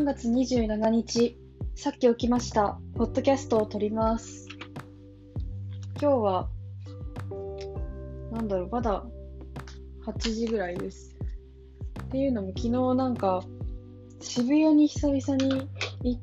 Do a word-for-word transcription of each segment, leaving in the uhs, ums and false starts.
がつにじゅうしちにち、さっき起きました。ポッドキャストを撮ります。今日は、なんだろう、まだはちじぐらいです。っていうのも昨日なんか、渋谷に久々に行って、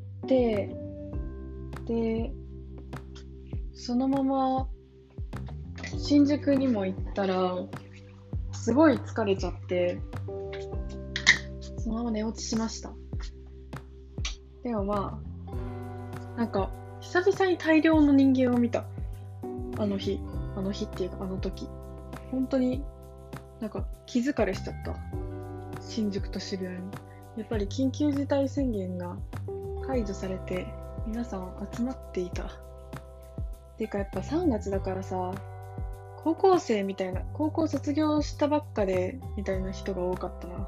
で、そのまま新宿にも行ったら、すごい疲れちゃって、そのまま寝落ちしました。でもまあ、なんか、久々に大量の人間を見た。あの日。あの日っていうか、あの時。本当に、なんか、気疲れしちゃった。新宿と渋谷に。やっぱり緊急事態宣言が解除されて、皆さん集まっていた。てかやっぱさんがつだからさ、高校生みたいな、高校卒業したばっかで、みたいな人が多かったな。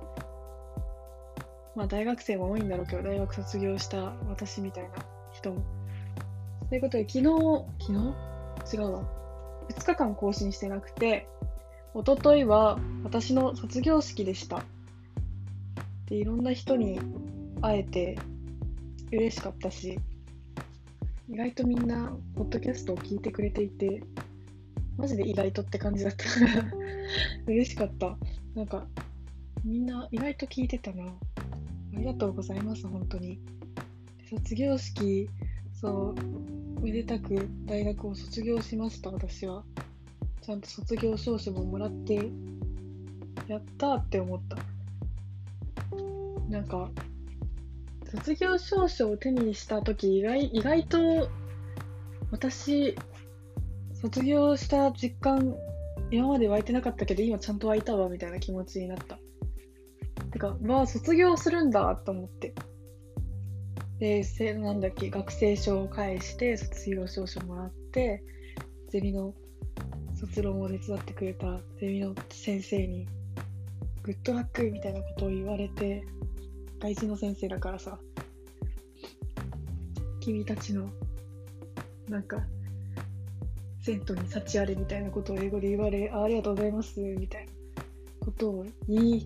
まあ大学生も多いんだろうけど、大学卒業した私みたいな人も。ということで、昨日、昨日違うわ。ふつかかん更新してなくて、一昨日は私の卒業式でした。で、いろんな人に会えて嬉しかったし、意外とみんな、ポッドキャストを聞いてくれていて、マジで意外とって感じだった。嬉しかった。なんか、みんな意外と聞いてたな。ありがとうございます、本当に。卒業式、そう、めでたく大学を卒業しました、私は。ちゃんと卒業証書ももらって、やったーって思った。なんか、卒業証書を手にしたとき、意外、意外と、私、卒業した実感、今まで湧いてなかったけど、今ちゃんと湧いたわ、みたいな気持ちになった。てか、わあ、卒業するんだ、と思って。で、せなんだっけ、学生証を返して、卒業証書もらって、ゼミの卒論を手伝ってくれたゼミの先生に、グッドラックみたいなことを言われて、外人の先生だからさ、君たちの、なんか、生徒に幸あれみたいなことを英語で言われ、あ、ありがとうございます、みたいなことを言い、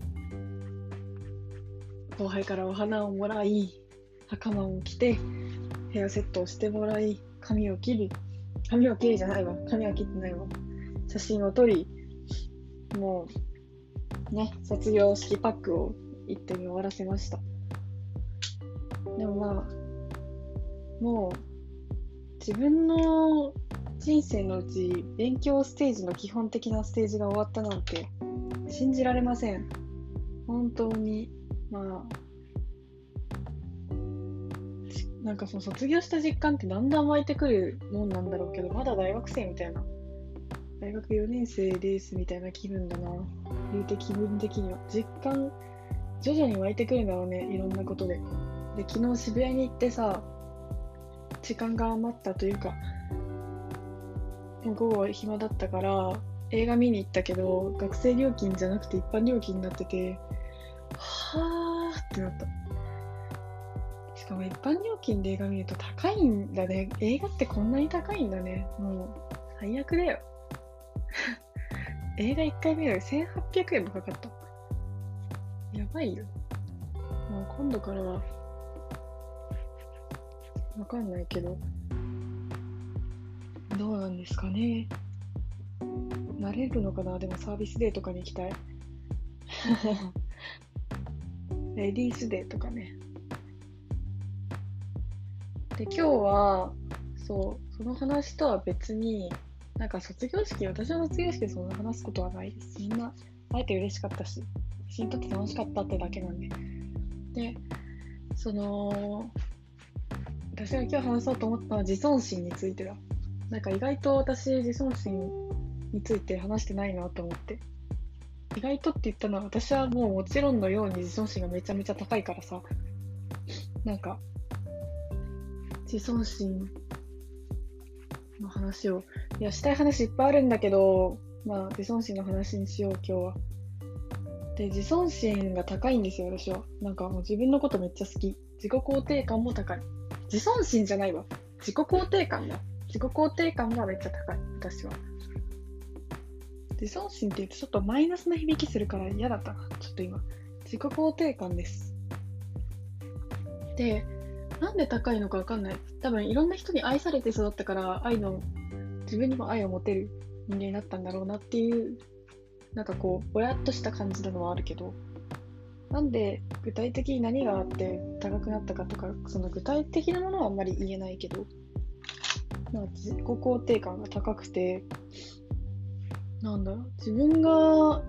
後輩からお花をもらい、袴を着て、ヘアセットをしてもらい、髪を切り、髪を切りじゃないわ、髪は切ってないわ、写真を撮り、もう、ね、卒業式パックを一手に終わらせました。でもまあ、もう、自分の人生のうち、勉強ステージの基本的なステージが終わったなんて、信じられません。本当に、まあ、なんかその卒業した実感ってだんだん湧いてくるもんなんだろうけど、まだ大学生みたいな、大学よねん生ですみたいな気分だな。言うて気分的には。実感、徐々に湧いてくるんだろうね、いろんなことで。で、昨日渋谷に行ってさ、時間が余ったというか、午後暇だったから映画見に行ったけど、学生料金じゃなくて一般料金になってて、はーってなった。しかも一般料金で映画見ると高いんだね。映画ってこんなに高いんだね。もう最悪だよ。映画いっかい見るのにせんはっぴゃくえんもかかった。やばいよ。もう今度からはわかんないけど、どうなんですかね。慣れるのかな。でもサービスデーとかに行きたい。レディースデーとかね。で、今日は、そう、その話とは別に、なんか卒業式、私の卒業式でそんな話すことはないです。みんな会えて嬉しかったし、私にとって楽しかったってだけなんで。で、その、私が今日話そうと思ったのは自尊心についてだ。なんか意外と私、自尊心について話してないなと思って。意外とって言ったのは、私はもうもちろんのように自尊心がめちゃめちゃ高いからさ、なんか、自尊心の話を、いや、したい話いっぱいあるんだけど、まあ、自尊心の話にしよう、今日は。で、自尊心が高いんですよ、私は。なんかもう自分のことめっちゃ好き。自己肯定感も高い。自尊心じゃないわ。自己肯定感だ。自己肯定感がめっちゃ高い、私は。自尊心って言うとちょっとマイナスな響きするから嫌だったな。ちょっと今。自己肯定感です。 で、なんで高いのかわかんない。多分いろんな人に愛されて育ったから愛の自分にも愛を持てる人間になったんだろうなっていうなんかこうぼやっとした感じなのはあるけど、なんで具体的に何があって高くなったかとかその具体的なものはあんまり言えないけど、なんか自己肯定感が高くて、なんだろう、自分が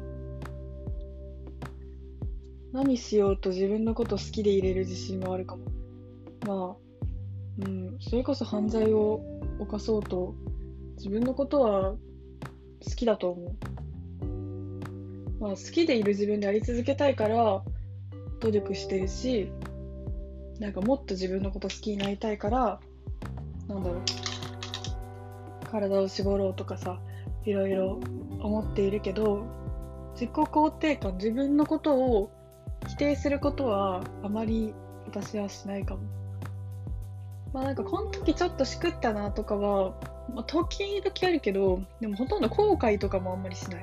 何しようと自分のこと好きでいれる自信もあるかも。まあ、うん、それこそ犯罪を犯そうと自分のことは好きだと思う。まあ、好きでいる自分であり続けたいから努力してるし、なんかもっと自分のこと好きになりたいから、なんだろう、体を絞ろうとかさ、いろいろ思っているけど、自己肯定感、自分のことを否定することはあまり私はしないかも。まあなんかこの時ちょっとしくったなとかは、まあ、時々あるけど、でもほとんど後悔とかもあんまりしない。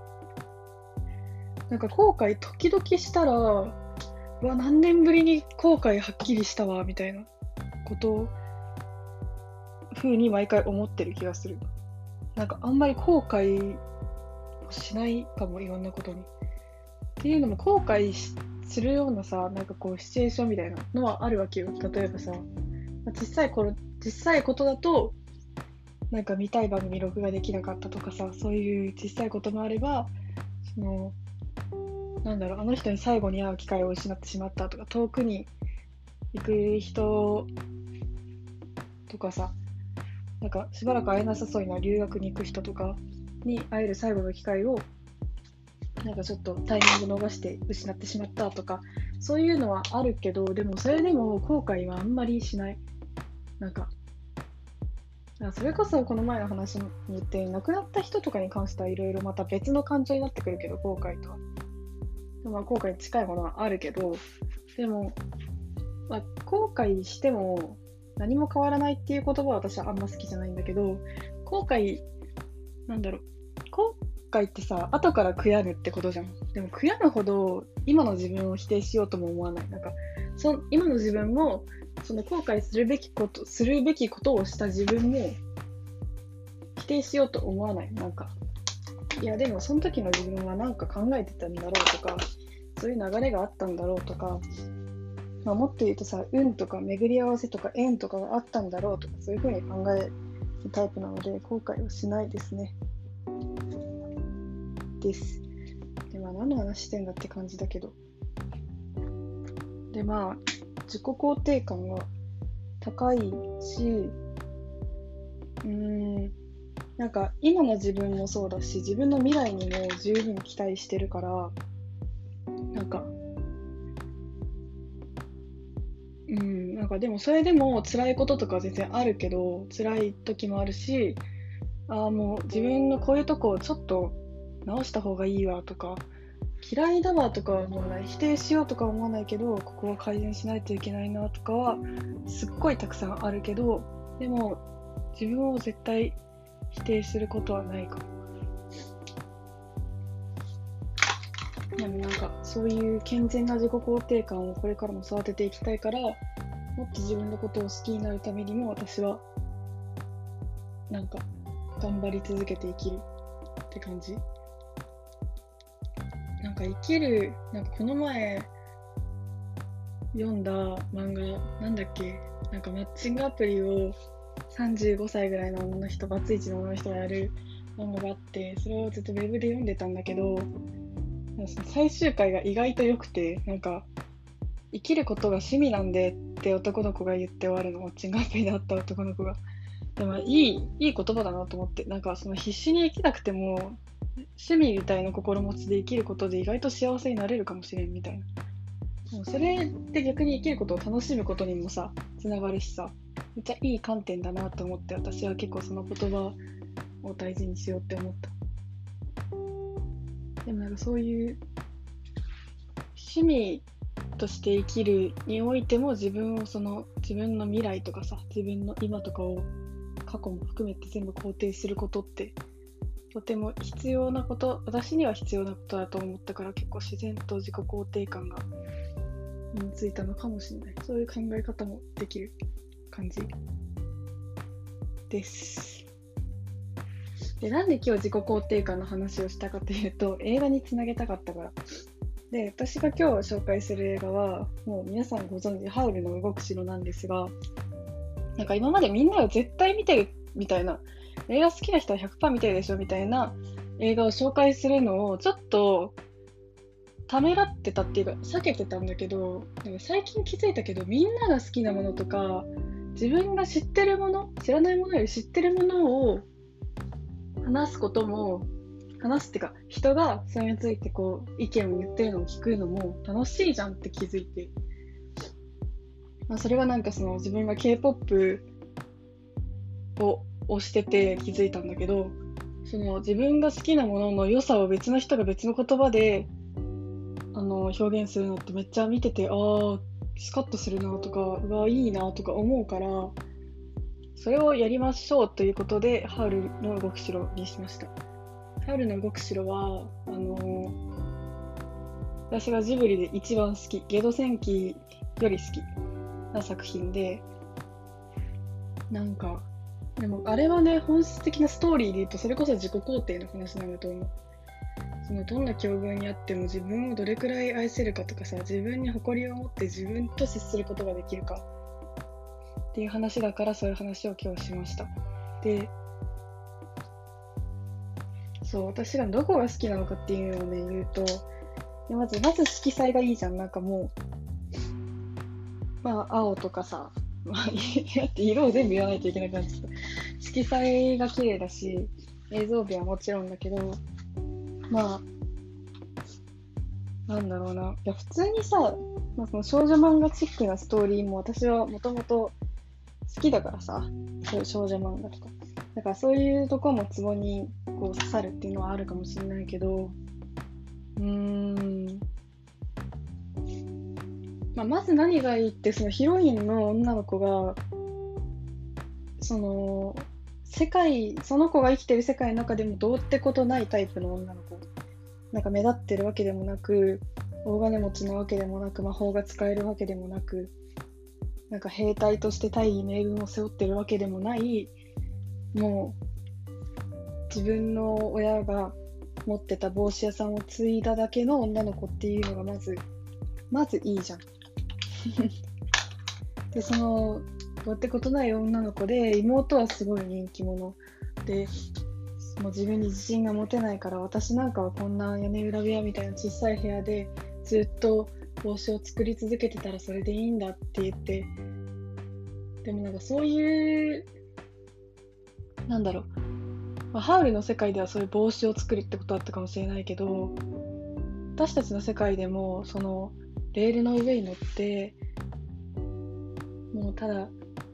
なんか後悔時々したら、うわ、何年ぶりに後悔はっきりしたわみたいなことを風に毎回思ってる気がする。なんかあんまり後悔をしないかも、いろんなことに。っていうのも後悔しするようなさ、なんかこうシチュエーションみたいなのはあるわけよ。例えばさ、小さい頃、小さいことだと、なんか見たい番組録画できなかったとかさ、そういう小さいこともあれば、その、なんだろう、あの人に最後に会う機会を失ってしまったとか、遠くに行く人とかさ、なんかしばらく会えなさそうな留学に行く人とかに会える最後の機会をなんかちょっとタイミング逃して失ってしまったとか、そういうのはあるけど、でもそれでも後悔はあんまりしない。なんか、それこそこの前の話に言って亡くなった人とかに関してはいろいろまた別の感情になってくるけど、後悔とは。まあ、後悔に近いものはあるけど、でも、まあ、後悔しても何も変わらないっていう言葉は私はあんま好きじゃないんだけど、後悔、なんだろう、後悔ってさ、後から悔やむってことじゃん。でも悔やむほど今の自分を否定しようとも思わない。なんかそ今の自分もその後悔するべきことするべきことをした自分も否定しようと思わない。なんかいやでもその時の自分はなんか考えてたんだろうとか、そういう流れがあったんだろうとか、まあ、もっと言うとさ、運とか巡り合わせとか縁とかがあったんだろうとか、そういうふうに考えるタイプなので後悔はしないですね。です。で、まあ何の話してんだって感じだけど。で、まあ自己肯定感が高いし、うーん、なんか今の自分もそうだし、自分の未来にも十分期待してるから、なんか、うん、なんかでもそれでも辛いこととか全然あるけど、辛い時もあるし、ああもう自分のこういうとこをちょっと直した方がいいわとか、嫌いだわとかは思わない、否定しようとかは思わないけど、ここは改善しないといけないなとかはすっごいたくさんあるけど、でも自分を絶対否定することはないかも。でもなんかそういう健全な自己肯定感をこれからも育てていきたいから、もっと自分のことを好きになるためにも私はなんか頑張り続けて生きるって感じ。なんか生きる、なんかこの前読んだ漫画なんだっけ、なんかマッチングアプリをさんじゅうごさいぐらいの女の人、バツイチの女の人がやる漫画があって、それをずっとウェブで読んでたんだけど、最終回が意外と良くて、なんか生きることが趣味なんでって男の子が言って終わるの、マッチングアプリで会った男の子が。でもいい、いい言葉だなと思って、なんかその必死に生きなくても趣味みたいな心持ちで生きることで意外と幸せになれるかもしれんみたいな。もうそれって逆に生きることを楽しむことにもさ、つながるしさ、めっちゃいい観点だなと思って、私は結構その言葉を大事にしようって思った。でもなんかそういう趣味として生きるにおいても、自分をその自分の未来とかさ、自分の今とかを過去も含めて全部肯定することってとても必要なこと、私には必要なことだと思ったから、結構自然と自己肯定感が身についたのかもしれない。そういう考え方もできる感じです。で、なんで今日自己肯定感の話をしたかというと、映画につなげたかったから。で、私が今日紹介する映画は、もう皆さんご存知、ハウルの動く城なんですが、なんか今までみんなが絶対見てるみたいな、映画好きな人は ひゃくパーセント 見てるでしょみたいな映画を紹介するのをちょっとためらってたっていうか避けてたんだけど、なんか最近気づいたけど、みんなが好きなものとか、自分が知ってるもの、知らないものより知ってるものを話すことも、話すっていうか、人がそれについてこう意見を言ってるのを聞くのも楽しいじゃんって気づいて、まあ、それはなんかその自分が K-ポップ を推してて気づいたんだけど、その自分が好きなものの良さを別の人が別の言葉であの表現するのってめっちゃ見てて、ああスカッとするなとか、うわいいなとか思うから、それをやりましょうということでハウルの動く城にしました。ハウルの動く城はあのー、私がジブリで一番好き、ゲド戦記より好きな作品で、なんかでもあれはね、本質的なストーリーで言うとそれこそ自己肯定の話なんだと思う。そのどんな境遇にあっても自分をどれくらい愛せるかとかさ、自分に誇りを持って自分と接することができるかっていう話だから、そういう話を今日しました。で、そう、私がどこが好きなのかっていうのをね言うと、まずまず色彩がいいじゃん。なんかもうまあ青とかさ、まあ、色を全部言わないといけなくなっちゃった。色彩が綺麗だし、映像美はもちろんだけど、まあなんだろうな、いや普通にさ、まあ、その少女漫画チックなストーリーも私はもともと好きだからさ、そういう少女漫画とか、だからそういうとこもツボにこう刺さるっていうのはあるかもしれないけど、うーん、まあ、まず何がいいって、そのヒロインの女の子がその世界、その子が生きてる世界の中でもどうってことないタイプの女の子、なんか目立ってるわけでもなく、大金持ちなわけでもなく、魔法が使えるわけでもなく、なんか兵隊として大義名分を背負ってるわけでもない、もう自分の親が持ってた帽子屋さんを継いだだけの女の子っていうのがまずまずいいじゃん。で、そのどうってことない女の子で、妹はすごい人気者で、もう自分に自信が持てないから、私なんかはこんな屋根裏部屋みたいな小さい部屋でずっと帽子を作り続けてたらそれでいいんだって言って、でもなんかそういう、なんだろう、まあ、ハウルの世界ではそういう帽子を作るってことだったかもしれないけど、私たちの世界でもそのレールの上に乗って、もうただ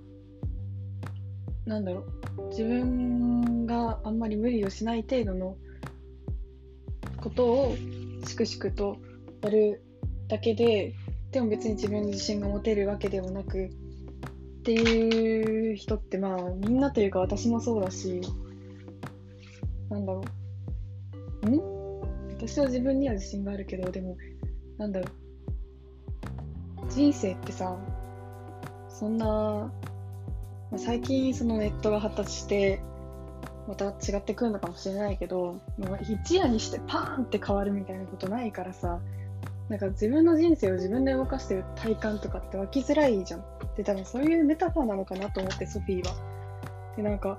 なんだろう、自分があんまり無理をしない程度のことを粛々とやるだけで、でも別に自分に自信が持てるわけではなくっていう人って、まあみんなというか私もそうだし、なんだろうん私は自分には自信があるけど、でもなんだろう、人生ってさ、そんな、まあ、最近そのネットが発達してまた違ってくるのかもしれないけど、もう一夜にしてパーンって変わるみたいなことないからさ、なんか自分の人生を自分で動かしてる体感とかって湧きづらいじゃん。で、多分そういうメタファーなのかなと思って、ソフィーは。で、なんか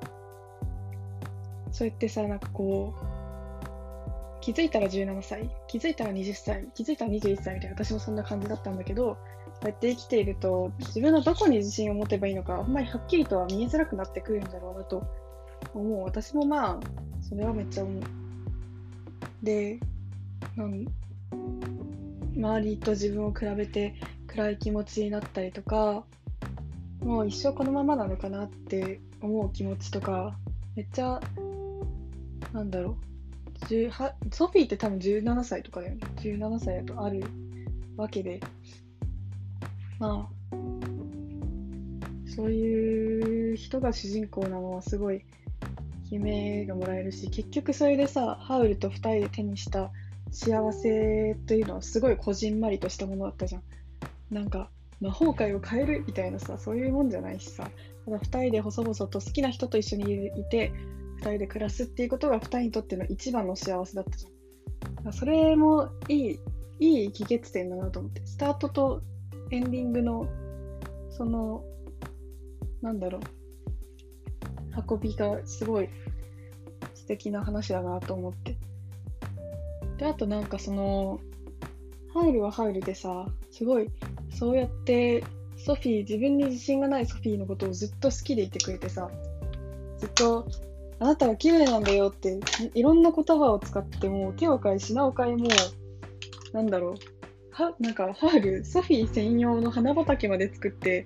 そうやってさ、なんかこう気づいたらじゅうななさい、気づいたらはたち、気づいたらにじゅういっさいみたいな、私もそんな感じだったんだけど、そうやって生きていると自分のどこに自信を持てばいいのか、あんまりはっきりとは見えづらくなってくるんだろうなと思う。私もまあそれはめっちゃ思う。で、なん周りと自分を比べて暗い気持ちになったりとか、もう一生このままなのかなって思う気持ちとか、めっちゃなんだろう、じゅうはソフィーって多分じゅうななさいとかだよね。じゅうななさいだとあるわけで、まあそういう人が主人公なのはすごい悲鳴がもらえるし、結局それでさ、ハウルと二人で手にした幸せというのはすごいこじんまりとしたものだったじゃん。 なんか魔法界を変えるみたいなさ、そういうもんじゃないしさ、ただふたりで細々と好きな人と一緒にいてふたりで暮らすっていうことがふたりにとっての一番の幸せだったじゃん。だからそれもいいいい帰結点だなと思って、スタートとエンディングのそのなんだろう運びがすごい素敵な話だなと思って。で、あとなんかそのハウルはハウルでさ、すごいそうやってソフィー、自分に自信がないソフィーのことをずっと好きでいてくれてさ、ずっとあなたは綺麗なんだよっていろんな言葉を使っても手を変え品を変え、もうなんだろうはなんかハウルソフィー専用の花畑まで作って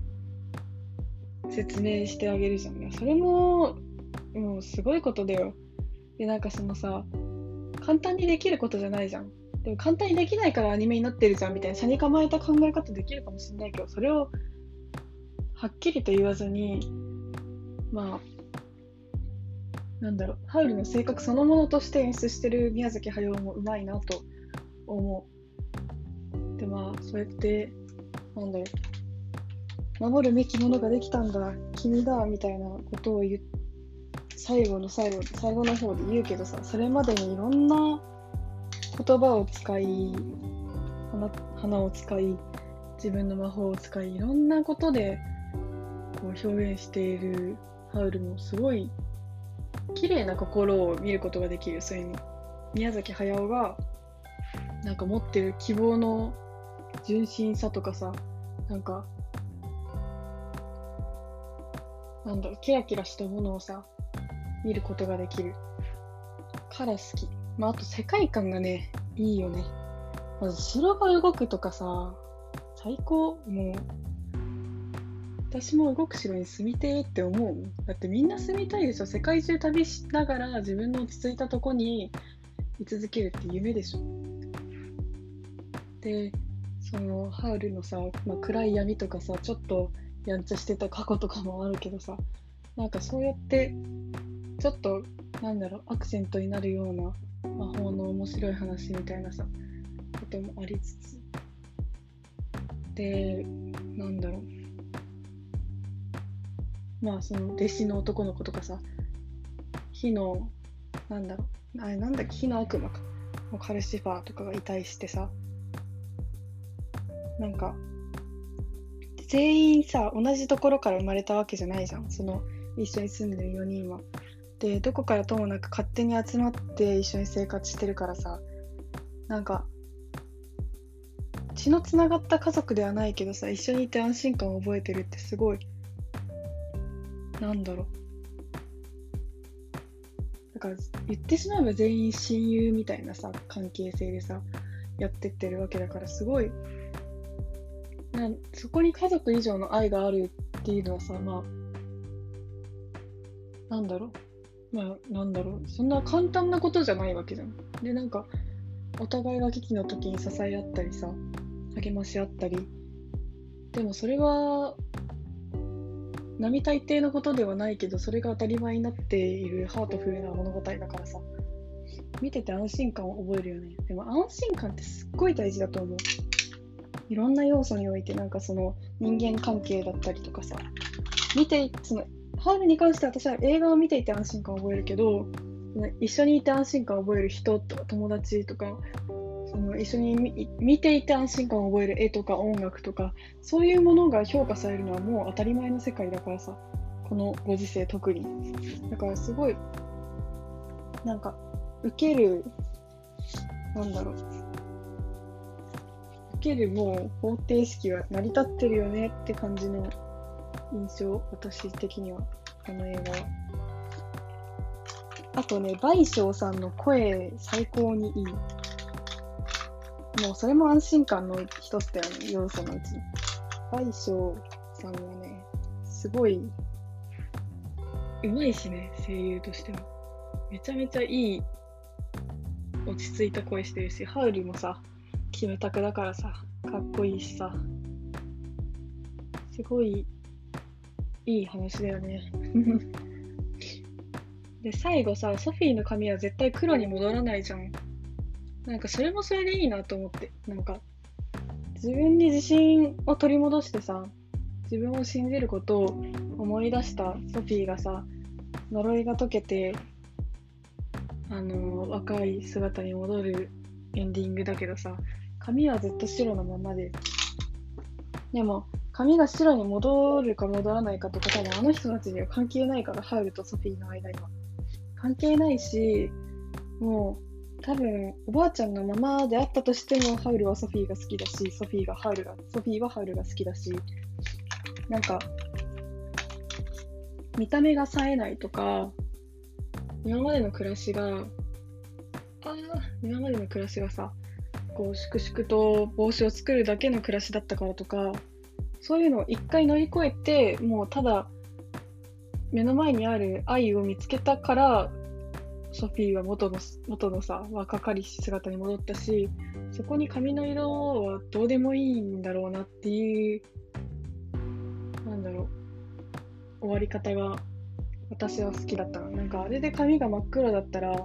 説明してあげるじゃんね。それももうすごいことだよ。で、なんかそのさ、簡単にできることじゃないじゃん。でも簡単にできないからアニメになってるじゃんみたいな、車に構えた考え方できるかもしれないけど、それをはっきりと言わずに、まあなんだろう、ハウルの性格そのものとして演出してる宮崎駿もうまいなと思う。で、まあそうやってなんだろう、守るべきものができたんだ、君だみたいなことを言っ最後の最後最後の方で言うけどさ、それまでにいろんな言葉を使い 花, 花を使い自分の魔法を使い、いろんなことでこう表現しているハウルもすごい綺麗な心を見ることができる。そういう宮崎駿がなんか持ってる希望の純真さとかさ、なんかなんだろう、キラキラしたものをさ見ることができるから好き。まあ、あと世界観がね、いいよね。まず城が動くとかさ、最高。もう私も動く城に住みてーって思う。だってみんな住みたいでしょ。世界中旅しながら自分の落ち着いたとこに居続けるって夢でしょ。で、そのハウルのさ、まあ、暗い闇とかさ、ちょっとやんちゃしてた過去とかもあるけどさ、なんかそうやってちょっとなんだろうアクセントになるような魔法の面白い話みたいなさこともありつつで、なんだろう、まあその弟子の男の子とかさ、火のなんだろうあれなんだっけ火の悪魔かカルシファーとかがいたりしてさ、なんか全員さ同じところから生まれたわけじゃないじゃん。その一緒に住んでるよにんは。で、どこからともなく勝手に集まって一緒に生活してるからさ、なんか血のつながった家族ではないけどさ、一緒にいて安心感を覚えてるってすごい、なんだろう、だから言ってしまえば全員親友みたいなさ関係性でさやってってるわけだから、すごいな、そこに家族以上の愛があるっていうのはさ、まあなんだろうまあなんだろうそんな簡単なことじゃないわけじゃん。で、なんかお互いが危機の時に支え合ったりさ、励まし合ったり、でもそれは並大抵のことではないけど、それが当たり前になっているハートフルな物語だからさ、見てて安心感を覚えるよね。でも安心感ってすっごい大事だと思う。いろんな要素において、なんかその人間関係だったりとかさ、見てそのハウルに関しては私は映画を見ていて安心感を覚えるけど、一緒にいて安心感を覚える人とか友達とか、その一緒に 見, 見ていて安心感を覚える絵とか音楽とか、そういうものが評価されるのはもう当たり前の世界だからさ、このご時世特に。だからすごいなんか受けるなんだろう受けるもう方程式が成り立ってるよねって感じの印象、私的にはこの映画は。あとね、倍賞さんの声最高にいい。もうそれも安心感の一つだよね、要素のうちに。倍賞さんはね、すごい上手いしね、声優としても。めちゃめちゃいい落ち着いた声してるし、ハウルもさ、キムタクだからさ、かっこいいしさ、すごいいい話だよね。で、最後さ、ソフィーの髪は絶対黒に戻らないじゃん。なんかそれもそれでいいなと思って、なんか自分に自信を取り戻してさ、自分を信じることを思い出したソフィーがさ、呪いが解けて、あのー若い姿に戻るエンディングだけどさ、髪はずっと白のままで、でも髪が白に戻るか戻らないかとか多分あの人たちには関係ないから、ハウルとソフィーの間には関係ないし、もう多分おばあちゃんのままであったとしても、ハウルはソフィーが好きだし、ソフィーがハウルがソフィーはハウルが好きだし、なんか見た目が冴えないとか、今までの暮らしがあー今までの暮らしがさ、こう粛々と帽子を作るだけの暮らしだったからとか、そういうのを一回乗り越えて、もうただ目の前にある愛を見つけたから、ソフィーは元の元のさ、若かりし姿に戻ったし、そこに髪の色はどうでもいいんだろうなっていう、なんだろう、終わり方が私は好きだったな。なんかあれで髪が真っ黒だったら、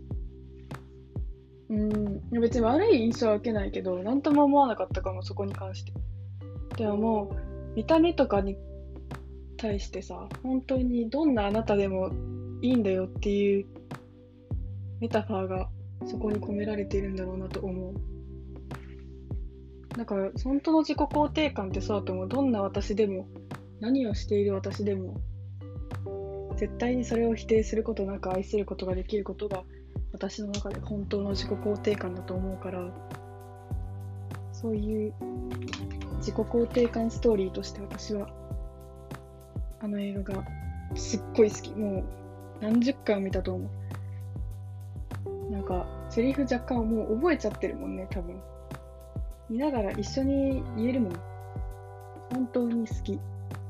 うーん、別に悪い印象は受けないけど、なんとも思わなかったかも、そこに関して。でももう、見た目とかに対してさ、本当にどんなあなたでもいいんだよっていうメタファーがそこに込められているんだろうなと思う。だから、本当の自己肯定感ってそうだと思う。どんな私でも、何をしている私でも、絶対にそれを否定することなく愛することができることが、私の中で本当の自己肯定感だと思うから、そういう自己肯定感ストーリーとして私はあの映画がすっごい好き。もう何十回も見たと思う。なんかセリフ若干もう覚えちゃってるもんね、多分。見ながら一緒に言えるもん。本当に好き。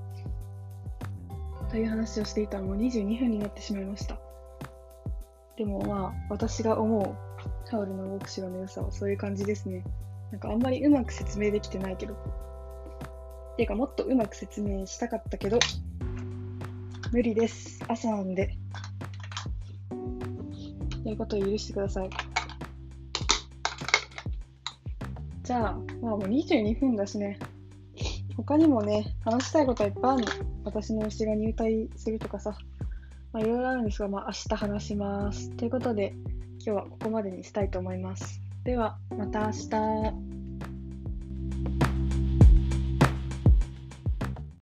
という話をしていたらもうにじゅうにふんになってしまいました。でもまあ、私が思うハウルの動く城の良さはそういう感じですね。なんかあんまりうまく説明できてないけど。ていうかもっとうまく説明したかったけど、無理です。朝なんで。ということを許してください。じゃあ、まあもうにじゅうにふんだしね。他にもね、話したいことはいっぱいあるの。私の推しが入隊するとかさ。まあいろいろあるんですが、まあ明日話します。ということで、今日はここまでにしたいと思います。では、また明日。